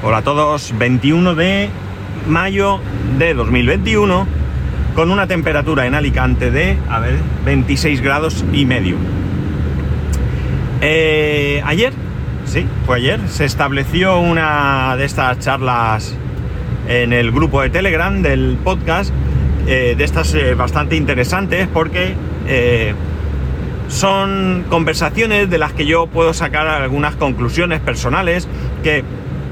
Hola a todos, 21 de mayo de 2021, con una temperatura en Alicante de, 26 grados y medio. Ayer, se estableció una de estas charlas en el grupo de Telegram del podcast, de estas bastante interesantes porque son conversaciones de las que yo puedo sacar algunas conclusiones personales que,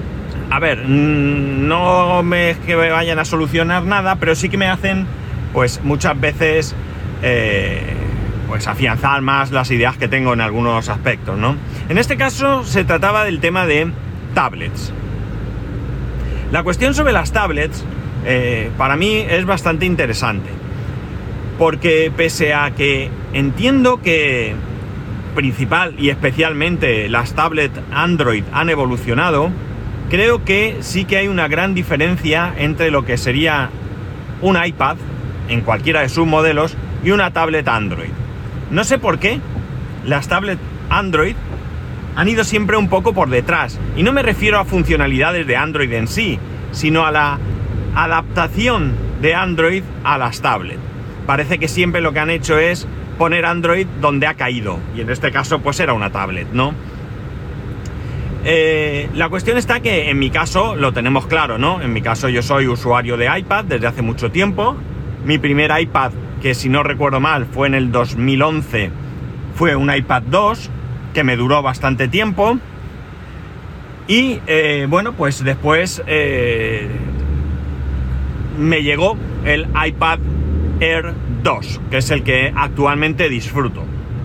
no es que me vayan a solucionar nada, pero sí que me hacen, pues muchas veces, pues afianzar más las ideas que tengo en algunos aspectos, ¿no? En este caso se trataba del tema de tablets. La cuestión sobre las tablets, para mí es bastante interesante, porque pese a que entiendo que principal y especialmente las tablets Android han evolucionado, creo que sí que hay una gran diferencia entre lo que sería un iPad en cualquiera de sus modelos y una tablet Android. No sé por qué las tablets Android han ido siempre un poco por detrás, y no me refiero a funcionalidades de Android en sí, sino a la adaptación de Android a las tablets. Parece que siempre lo que han hecho es poner Android donde ha caído, y en este caso pues era una tablet, ¿no? La cuestión está que en mi caso lo tenemos claro, ¿no? En mi caso yo soy usuario de iPad desde hace mucho tiempo. Mi primer iPad, que si no recuerdo mal fue en el 2011, fue un iPad 2 que me duró bastante tiempo. Y pues después me llegó el iPad Air 2, que es el que actualmente disfruto.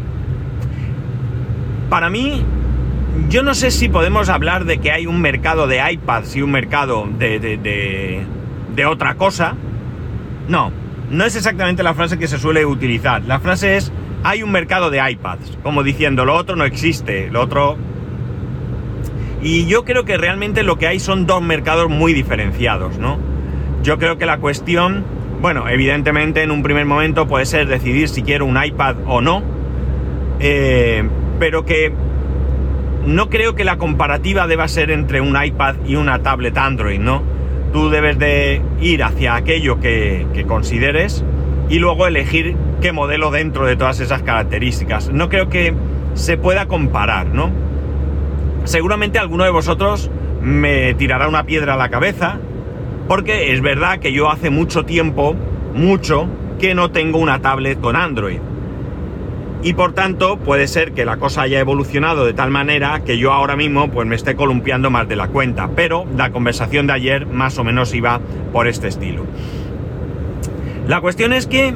Para mí, yo no sé si podemos hablar de que hay un mercado de iPads y un mercado de otra cosa. No es exactamente la frase que se suele utilizar. La frase es: hay un mercado de iPads, como diciendo lo otro no existe, lo otro... Y yo creo que realmente lo que hay son dos mercados muy diferenciados, ¿no? Yo creo que la cuestión, evidentemente en un primer momento puede ser decidir si quiero un iPad o no, pero que no creo que la comparativa deba ser entre un iPad y una tablet Android, ¿no? Tú debes de ir hacia aquello que consideres y luego elegir qué modelo dentro de todas esas características. No creo que se pueda comparar, ¿no? Seguramente alguno de vosotros me tirará una piedra a la cabeza, porque es verdad que yo hace mucho tiempo, que no tengo una tablet con Android. Y por tanto puede ser que la cosa haya evolucionado de tal manera que yo ahora mismo pues me esté columpiando más de la cuenta, pero la conversación de ayer más o menos iba por este estilo. La cuestión es que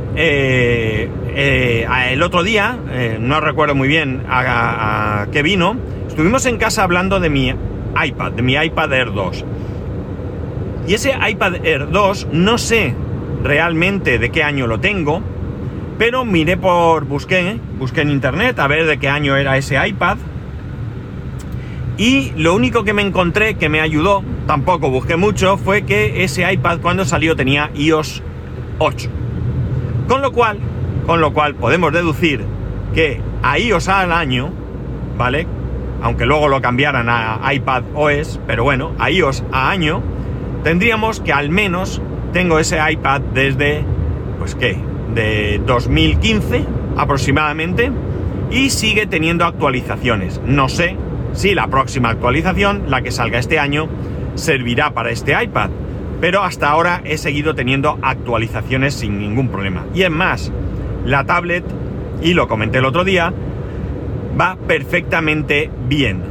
el otro día, no recuerdo muy bien a qué vino, estuvimos en casa hablando de mi iPad Air 2. Y ese iPad Air 2 no sé realmente de qué año lo tengo, pero busqué en internet a ver de qué año era ese iPad, y lo único que me encontré que me ayudó, tampoco busqué mucho, fue que ese iPad cuando salió tenía iOS 8. Con lo cual podemos deducir que a iOS al año, ¿vale? Aunque luego lo cambiaran a iPad OS, pero bueno, a iOS a año, tendríamos que al menos tengo ese iPad desde, de 2015 aproximadamente, y sigue teniendo actualizaciones. No sé si la próxima actualización, la que salga este año, servirá para este iPad, pero hasta ahora he seguido teniendo actualizaciones sin ningún problema. Y es más, la tablet, y lo comenté el otro día, va perfectamente bien.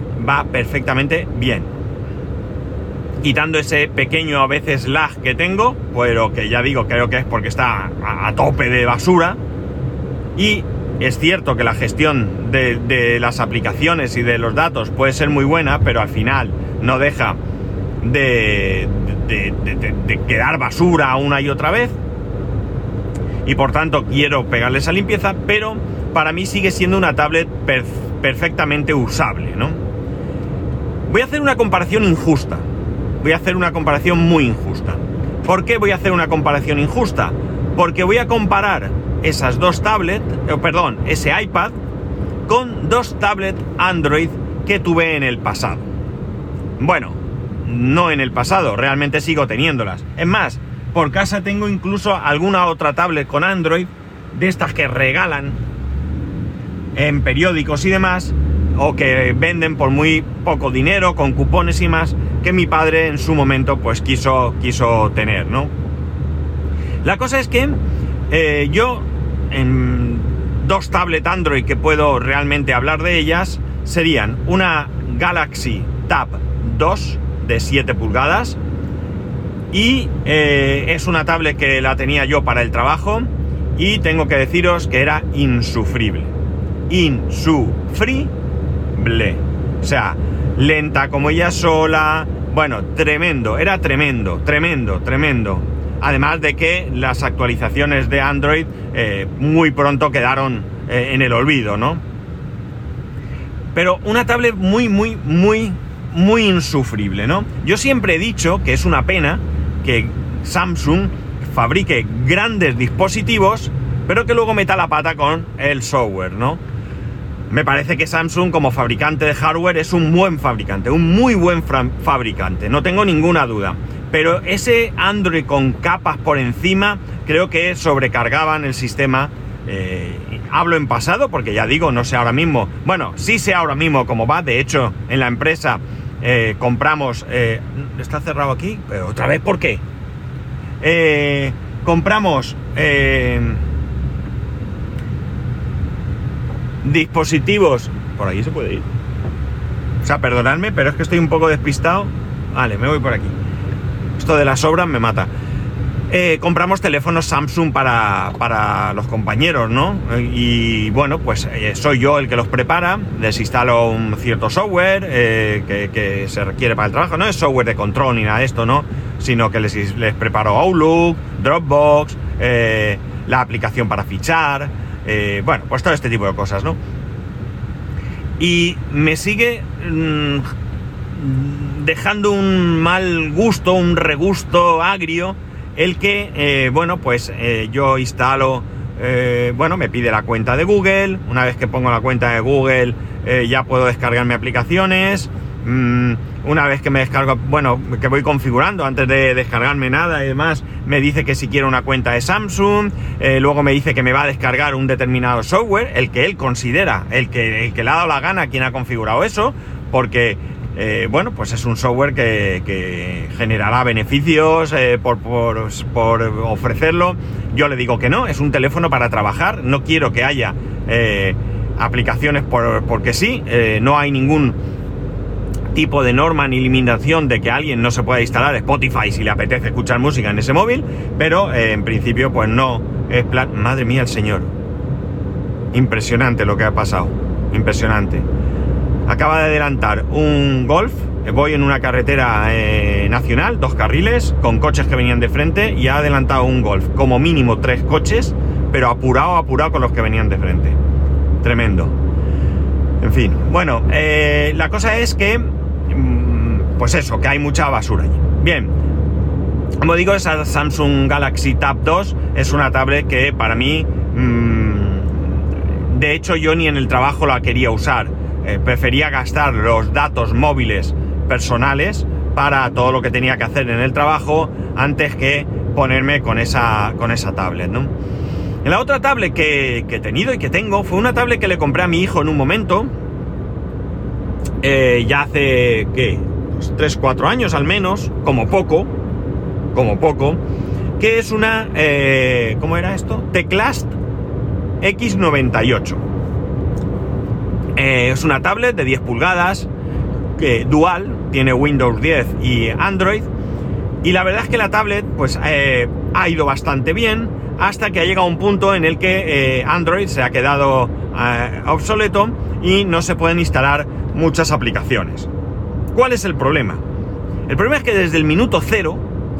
Quitando ese pequeño a veces lag que tengo, pero que ya digo, creo que es porque está a tope de basura. Y es cierto que la gestión de las aplicaciones y de los datos puede ser muy buena, pero al final no deja de quedar basura una y otra vez. Y por tanto quiero pegarle esa limpieza, pero para mí sigue siendo una tablet perfectamente usable, ¿no? Voy a hacer una comparación injusta. Voy a hacer una comparación muy injusta. ¿Por qué voy a hacer una comparación injusta? Porque voy a comparar esas dos tablets, ese iPad, con dos tablets Android que tuve en el pasado. Bueno, no en el pasado, realmente sigo teniéndolas. Es más, por casa tengo incluso alguna otra tablet con Android, de estas que regalan en periódicos y demás, o que venden por muy poco dinero, con cupones y más, que mi padre en su momento pues quiso tener, ¿no? La cosa es que yo, en dos tablets Android que puedo realmente hablar de ellas, serían una Galaxy Tab 2 de 7 pulgadas, y es una tablet que la tenía yo para el trabajo, y tengo que deciros que era insufrible. Insufrible. O sea, lenta como ella sola. Bueno, tremendo, era tremendo. Además de que las actualizaciones de Android muy pronto quedaron en el olvido, ¿no? Pero una tablet muy insufrible, ¿no? Yo siempre he dicho que es una pena que Samsung fabrique grandes dispositivos, pero que luego meta la pata con el software, ¿no? Me parece que Samsung, como fabricante de hardware, es un buen fabricante, un muy buen fabricante, no tengo ninguna duda. Pero ese Android con capas por encima, creo que sobrecargaban el sistema. Hablo en pasado, porque ya digo, no sé ahora mismo. Bueno, sí sé ahora mismo cómo va. De hecho, en la empresa compramos... ¿está cerrado aquí? ¿Pero otra vez por qué? Compramos... dispositivos... Por ahí se puede ir. O sea, perdonadme, pero es que estoy un poco despistado. Vale, me voy por aquí. Esto de las obras me mata. Compramos teléfonos Samsung para los compañeros, ¿no? Y bueno, pues soy yo el que los prepara, les instalo un cierto software que se requiere para el trabajo. No es software de control ni nada de esto, ¿no? Sino que les preparo Outlook, Dropbox, la aplicación para fichar, bueno, pues todo este tipo de cosas, ¿no? Y me sigue dejando un mal gusto, un regusto agrio, el que, bueno, pues yo instalo, bueno, me pide la cuenta de Google. Una vez que pongo la cuenta de Google, ya puedo descargarme aplicaciones. Una vez que me descargo, bueno, que voy configurando antes de descargarme nada y demás, me dice que si quiero una cuenta de Samsung. Luego me dice que me va a descargar un determinado software, el que él considera, el que le ha dado la gana a quien ha configurado eso, porque bueno, pues es un software que generará beneficios por ofrecerlo. Yo le digo que no, es un teléfono para trabajar, no quiero que haya aplicaciones porque sí, no hay ningún tipo de norma ni limitación de que alguien no se pueda instalar Spotify si le apetece escuchar música en ese móvil, pero en principio pues no es plan... Madre mía el señor, impresionante lo que ha pasado, impresionante. Acaba de adelantar un Golf, voy en una carretera nacional, 2 carriles, con coches que venían de frente, y ha adelantado un Golf, como mínimo 3 coches, pero apurado con los que venían de frente. Tremendo. En fin, bueno, la cosa es que, pues eso, que hay mucha basura allí. Bien, como digo, esa Samsung Galaxy Tab 2 es una tablet que para mí, de hecho yo ni en el trabajo la quería usar. Prefería gastar los datos móviles personales para todo lo que tenía que hacer en el trabajo antes que ponerme con esa tablet, ¿no? La otra tablet que he tenido y que tengo fue una tablet que le compré a mi hijo en un momento, ya hace, ¿qué? Pues 3-4 años al menos, como poco, que es una, ¿cómo era esto? Teclast X98. Es una tablet de 10 pulgadas, dual, tiene Windows 10 y Android, y la verdad es que la tablet pues ha ido bastante bien, hasta que ha llegado un punto en el que Android se ha quedado obsoleto y no se pueden instalar muchas aplicaciones. ¿Cuál es el problema? El problema es que desde el minuto 0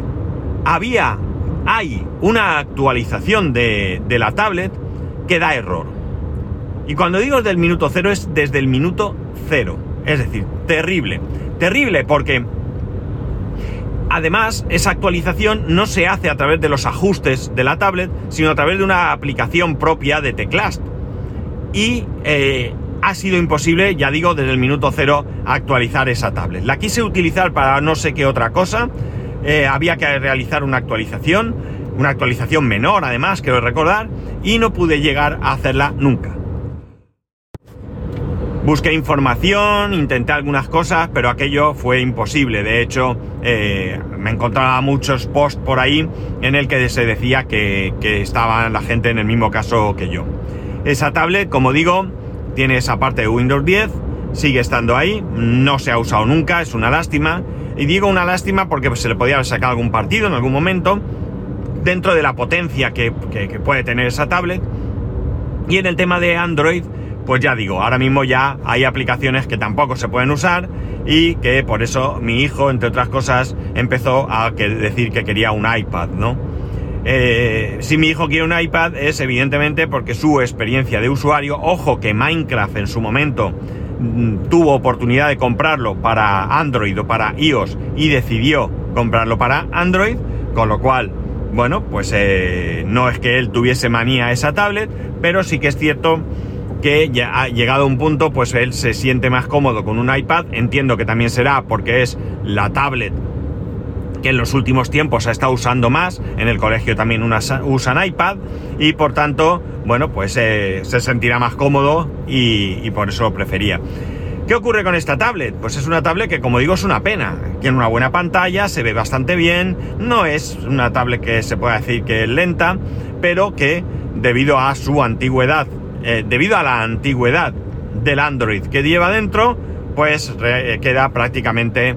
hay una actualización de la tablet que da error. Y cuando digo desde el minuto 0 es desde el minuto 0. Es decir, terrible. Terrible porque además esa actualización no se hace a través de los ajustes de la tablet, sino a través de una aplicación propia de Teclast. Y ha sido imposible, ya digo, desde el minuto cero actualizar esa tablet. La quise utilizar para no sé qué otra cosa, había que realizar una actualización menor además, quiero recordar, y no pude llegar a hacerla nunca. Busqué información, intenté algunas cosas, pero aquello fue imposible. De hecho, me encontraba muchos posts por ahí en el que se decía que estaba la gente en el mismo caso que yo. Esa tablet, como digo, tiene esa parte de Windows 10, sigue estando ahí, no se ha usado nunca, es una lástima. Y digo una lástima porque se le podía haber sacado algún partido en algún momento, dentro de la potencia que puede tener esa tablet. Y en el tema de Android, pues ya digo, ahora mismo ya hay aplicaciones que tampoco se pueden usar y que por eso mi hijo, entre otras cosas, empezó a decir que quería un iPad, ¿no? Si mi hijo quiere un iPad es evidentemente porque su experiencia de usuario, ojo que Minecraft en su momento tuvo oportunidad de comprarlo para Android o para iOS y decidió comprarlo para Android, con lo cual, bueno, pues no es que él tuviese manía a esa tablet, pero sí que es cierto que ya ha llegado a un punto, pues él se siente más cómodo con un iPad. Entiendo que también será porque es la tablet que en los últimos tiempos ha estado usando más. En el colegio también usan iPad y por tanto, bueno, pues se sentirá más cómodo y por eso lo prefería. ¿Qué ocurre con esta tablet? Pues es una tablet que, como digo, es una pena. Tiene una buena pantalla, se ve bastante bien, no es una tablet que se pueda decir que es lenta, pero que debido a su antigüedad, debido a la antigüedad del Android que lleva dentro, pues queda prácticamente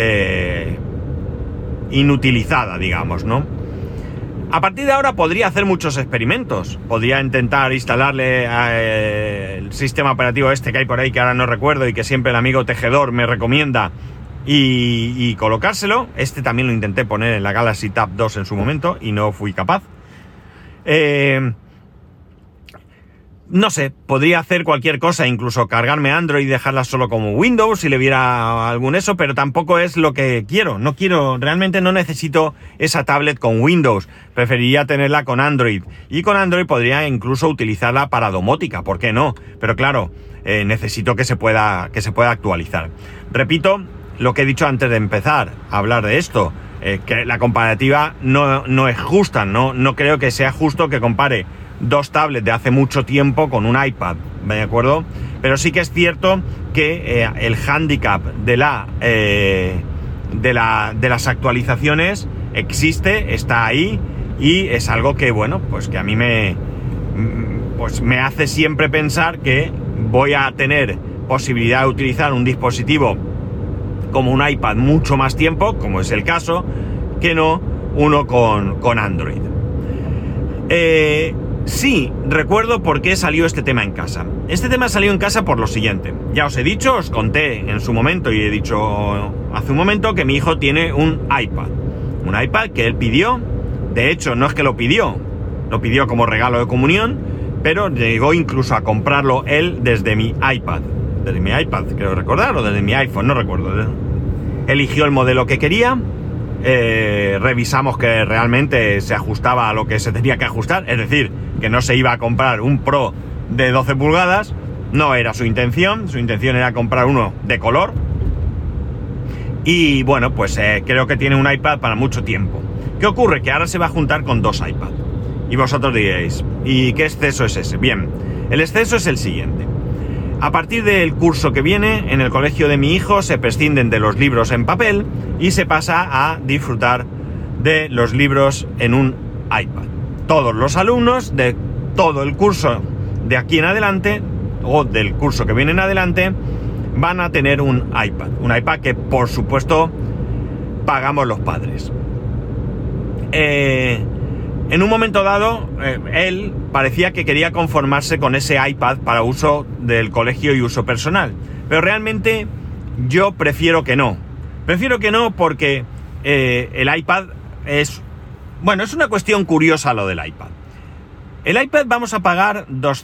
inutilizada, digamos, ¿no? A partir de ahora podría hacer muchos experimentos. Podría intentar instalarle el sistema operativo este que hay por ahí, que ahora no recuerdo y que siempre el amigo tejedor me recomienda, y colocárselo. Este también lo intenté poner en la Galaxy Tab 2 en su momento y no fui capaz. No sé, podría hacer cualquier cosa, incluso cargarme Android y dejarla solo como Windows si le viera algún eso, pero tampoco es lo que quiero. Realmente no necesito esa tablet con Windows, preferiría tenerla con Android. Y con Android podría incluso utilizarla para domótica, ¿por qué no? Pero claro, necesito que se pueda actualizar. Repito lo que he dicho antes de empezar a hablar de esto, que la comparativa no es justa, no creo que sea justo que compare dos tablets de hace mucho tiempo con un iPad, ¿de acuerdo? Pero sí que es cierto que el hándicap de las actualizaciones existe, está ahí, y es algo que, bueno, pues que a mí me hace siempre pensar que voy a tener posibilidad de utilizar un dispositivo como un iPad mucho más tiempo, como es el caso, que no uno con Android. Sí, recuerdo por qué salió este tema en casa. Este tema salió en casa por lo siguiente. Ya os he dicho, os conté en su momento y he dicho hace un momento que mi hijo tiene un iPad. Un iPad que él pidió. De hecho, no es que lo pidió como regalo de comunión, pero llegó incluso a comprarlo él desde mi iPad. Desde mi iPad, creo recordar, o desde mi iPhone, no recuerdo. Eligió el modelo que quería. Revisamos que realmente se ajustaba a lo que se tenía que ajustar, es decir, que no se iba a comprar un Pro de 12 pulgadas, no era su intención era comprar uno de color. Y bueno, pues creo que tiene un iPad para mucho tiempo. ¿Qué ocurre? Que ahora se va a juntar con dos iPads. Y vosotros diréis, ¿y qué exceso es ese? Bien, el exceso es el siguiente. A partir del curso que viene, en el colegio de mi hijo se prescinden de los libros en papel y se pasa a disfrutar de los libros en un iPad. Todos los alumnos de todo el curso de aquí en adelante, o del curso que viene en adelante, van a tener un iPad que por supuesto pagamos los padres. En un momento dado, él parecía que quería conformarse con ese iPad para uso del colegio y uso personal. Pero realmente yo prefiero que no. Prefiero que no porque el iPad es... Bueno, es una cuestión curiosa lo del iPad. El iPad vamos a pagar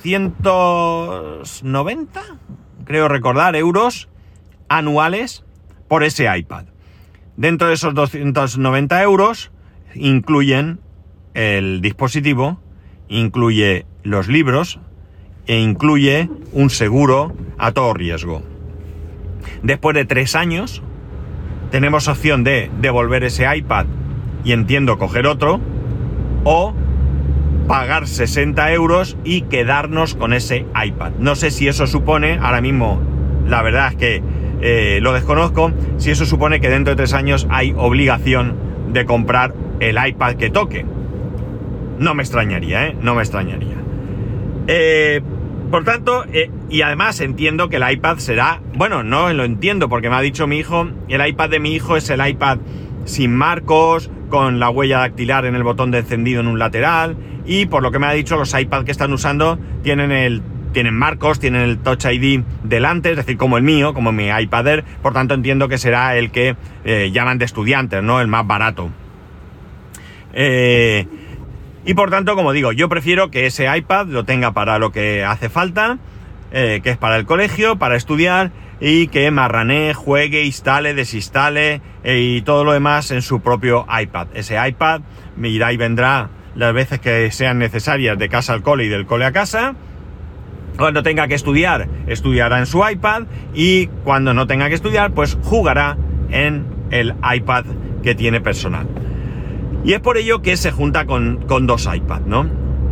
290, creo recordar, euros anuales por ese iPad. Dentro de esos 290 euros incluyen el dispositivo, incluye los libros e incluye un seguro a todo riesgo. Después de 3 años tenemos opción de devolver ese iPad y entiendo coger otro, o pagar 60 euros y quedarnos con ese iPad. No sé si eso supone, ahora mismo la verdad es que lo desconozco, si eso supone que dentro de 3 años hay obligación de comprar el iPad que toque. No me extrañaría, no me extrañaría. Por tanto, y además entiendo que el iPad será, bueno, no lo entiendo porque me ha dicho mi hijo, el iPad de mi hijo es el iPad sin marcos, con la huella dactilar en el botón de encendido en un lateral, y por lo que me ha dicho, los iPad que están usando tienen marcos, tienen el Touch ID delante, es decir, como el mío, como mi iPad Air. Por tanto entiendo que será el que llaman de estudiantes, ¿no? El más barato. Y por tanto, como digo, yo prefiero que ese iPad lo tenga para lo que hace falta, que es para el colegio, para estudiar, y que marranee, juegue, instale, desinstale y todo lo demás en su propio iPad. Ese iPad me irá y vendrá las veces que sean necesarias, de casa al cole y del cole a casa. Cuando tenga que estudiar, estudiará en su iPad, y cuando no tenga que estudiar, pues jugará en el iPad que tiene personal. Y es por ello que se junta con 2 iPads, ¿no?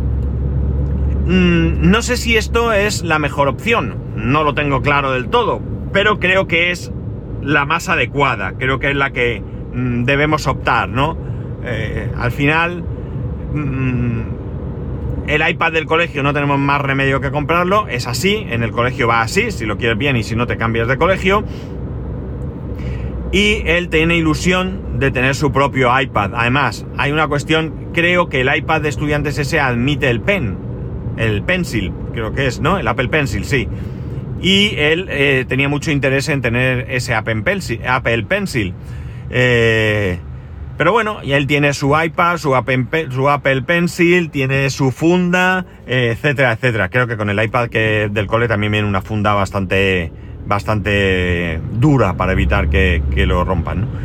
No sé si esto es la mejor opción, no lo tengo claro del todo, pero creo que es la más adecuada, creo que es la que debemos optar, ¿no? Al final, el iPad del colegio no tenemos más remedio que comprarlo, es así, en el colegio va así, si lo quieres bien y si no te cambias de colegio. Y él tiene ilusión de tener su propio iPad. Además, hay una cuestión, creo que el iPad de estudiantes ese admite el Pencil, creo que es, ¿no? El Apple Pencil, sí. Y él tenía mucho interés en tener ese Apple Pencil. Pero bueno, y él tiene su iPad, su Apple Pencil, tiene su funda, etcétera, etcétera. Creo que con el iPad del cole también viene una funda bastante dura para evitar que lo rompan, ¿no?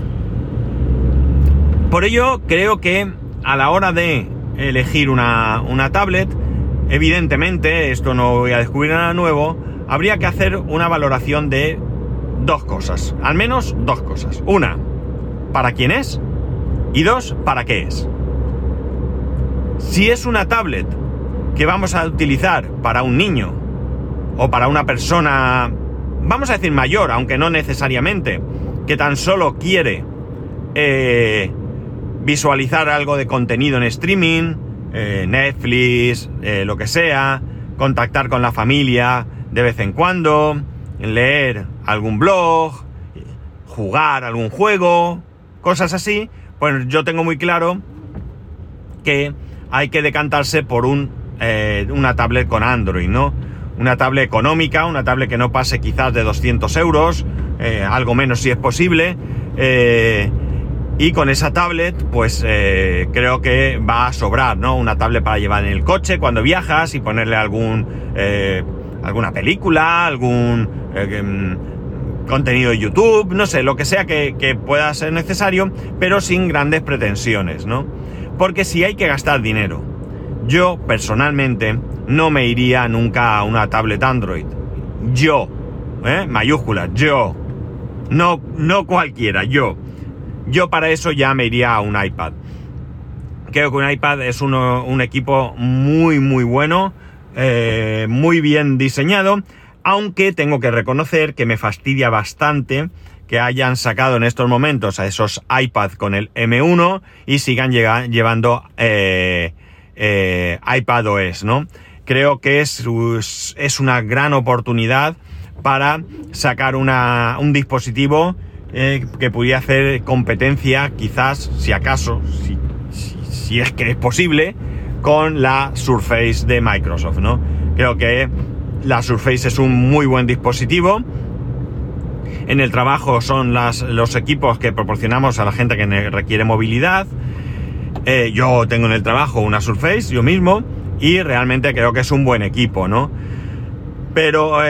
Por ello, creo que a la hora de elegir una tablet, evidentemente, esto no voy a descubrir nada nuevo, habría que hacer una valoración de 2 cosas, al menos 2 cosas. Una, ¿para quién es? Y 2, ¿para qué es? Si es una tablet que vamos a utilizar para un niño o para una persona, vamos a decir mayor, aunque no necesariamente, que tan solo quiere visualizar algo de contenido en streaming, Netflix, lo que sea, contactar con la familia de vez en cuando, leer algún blog, jugar algún juego, cosas así, pues yo tengo muy claro que hay que decantarse por una tablet con Android, ¿no? Una tablet económica, una tablet que no pase quizás de 200 euros, algo menos si es posible, y con esa tablet pues creo que va a sobrar, ¿no? Una tablet para llevar en el coche cuando viajas y ponerle alguna película, algún contenido de YouTube, no sé, lo que sea que pueda ser necesario, pero sin grandes pretensiones, ¿no? Porque si hay que gastar dinero, yo personalmente no me iría nunca a una tablet Android. Yo, mayúsculas, yo, no cualquiera, yo para eso ya me iría a un iPad. Creo que un iPad es un equipo muy muy bueno, muy bien diseñado, aunque tengo que reconocer que me fastidia bastante que hayan sacado en estos momentos a esos iPad con el M1 y sigan llevando iPadOS, ¿no? Creo que es una gran oportunidad para sacar un dispositivo que pudiera hacer competencia, quizás, si acaso, si es que es posible, con la Surface de Microsoft, ¿no? Creo que la Surface es un muy buen dispositivo. En el trabajo son los equipos que proporcionamos a la gente que requiere movilidad. Yo tengo en el trabajo una Surface, yo mismo, y realmente creo que es un buen equipo, ¿no? Pero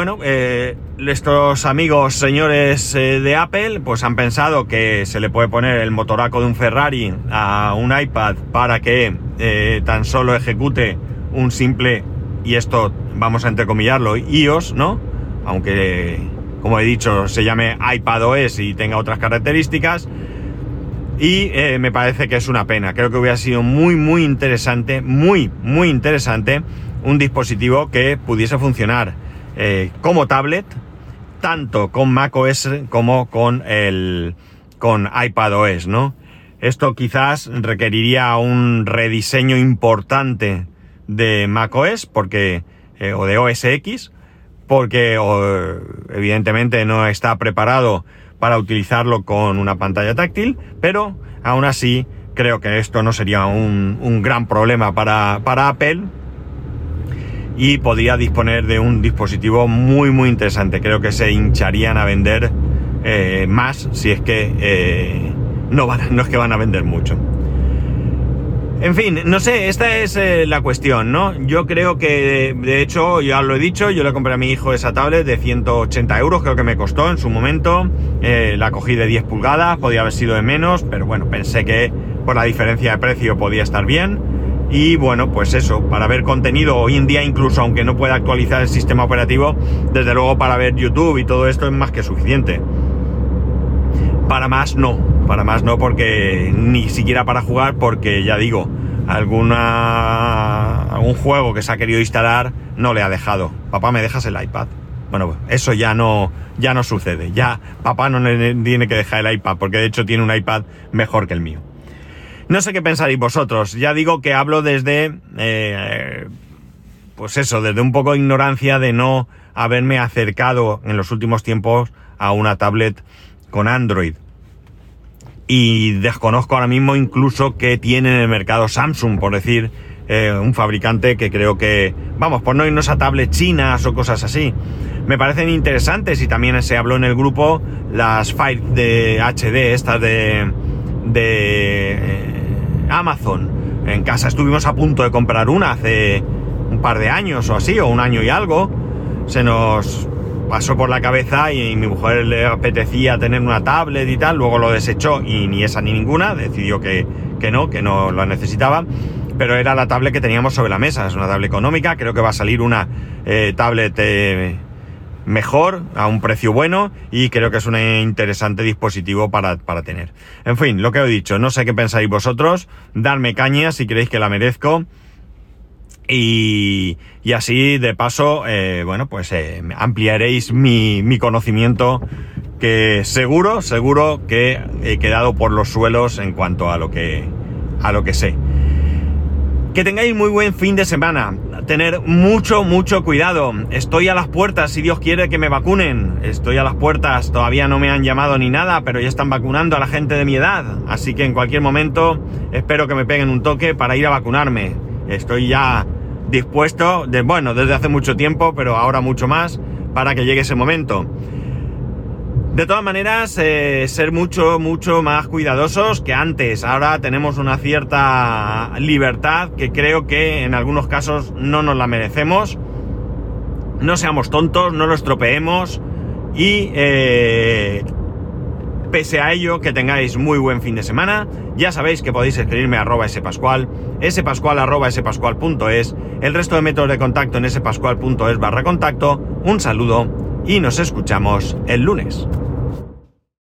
estos amigos señores de Apple pues han pensado que se le puede poner el motoraco de un Ferrari a un iPad para que tan solo ejecute un simple y esto vamos a entrecomillarlo, iOS, ¿no? Aunque, como he dicho, se llame iPadOS y tenga otras características. Y me parece que es una pena. Creo que hubiera sido muy interesante, muy interesante, un dispositivo que pudiese funcionar como tablet, tanto con macOS como con iPadOS, ¿no? Esto quizás requeriría un rediseño importante de macOS, porque o de OS X, porque evidentemente no está preparado para utilizarlo con una pantalla táctil, pero aún así creo que esto no sería un gran problema para Apple y podría disponer de un dispositivo muy interesante. Creo que se hincharían a vender más, si es que no es que van a vender mucho. En fin, no sé, esta es la cuestión, ¿no? Yo creo que, de hecho, ya lo he dicho, yo le compré a mi hijo esa tablet de 180 euros, creo que me costó en su momento. La cogí de 10 pulgadas, podía haber sido de menos, pero bueno, pensé que por la diferencia de precio podía estar bien. Y bueno, pues eso, para ver contenido hoy en día, incluso aunque no pueda actualizar el sistema operativo, desde luego para ver YouTube y todo esto es más que suficiente. Para más no, porque ni siquiera para jugar, porque ya digo, algún juego que se ha querido instalar no le ha dejado. Papá, ¿me dejas el iPad? Bueno, eso ya no sucede. Ya papá no le tiene que dejar el iPad, porque de hecho tiene un iPad mejor que el mío. No sé qué pensaréis vosotros. Ya digo que hablo desde, pues eso, desde un poco de ignorancia de no haberme acercado en los últimos tiempos a una tablet con Android. Y desconozco ahora mismo incluso que tiene en el mercado Samsung, por decir, un fabricante que creo que, vamos, por no irnos a tablets chinas o cosas así. Me parecen interesantes y también se habló en el grupo las Fire de HD, estas de Amazon. En casa estuvimos a punto de comprar una hace un par de años o así, o un año y algo. Se nos pasó por la cabeza y mi mujer le apetecía tener una tablet y tal, luego lo desechó y ni esa ni ninguna, decidió que no la necesitaba, pero era la tablet que teníamos sobre la mesa. Es una tablet económica, creo que va a salir una tablet mejor, a un precio bueno, y creo que es un interesante dispositivo para tener. En fin, lo que he dicho, no sé qué pensáis vosotros, dadme caña si creéis que la merezco. Y así de paso, bueno, pues ampliaréis mi conocimiento, que seguro que he quedado por los suelos en cuanto a lo que sé. Que tengáis muy buen fin de semana. Tener mucho cuidado. Estoy a las puertas, si Dios quiere que me vacunen. Estoy a las puertas, todavía no me han llamado ni nada, pero ya están vacunando a la gente de mi edad. Así que en cualquier momento espero que me peguen un toque para ir a vacunarme. Estoy ya dispuesto, desde hace mucho tiempo, pero ahora mucho más, para que llegue ese momento. De todas maneras, ser mucho más cuidadosos que antes. Ahora tenemos una cierta libertad que creo que en algunos casos no nos la merecemos. No seamos tontos, no lo estropeemos y pese a ello, que tengáis muy buen fin de semana. Ya sabéis que podéis escribirme a @spascual, spascual@spascual.es, el resto de métodos de contacto en spascual.es/contacto. Un saludo y nos escuchamos el lunes.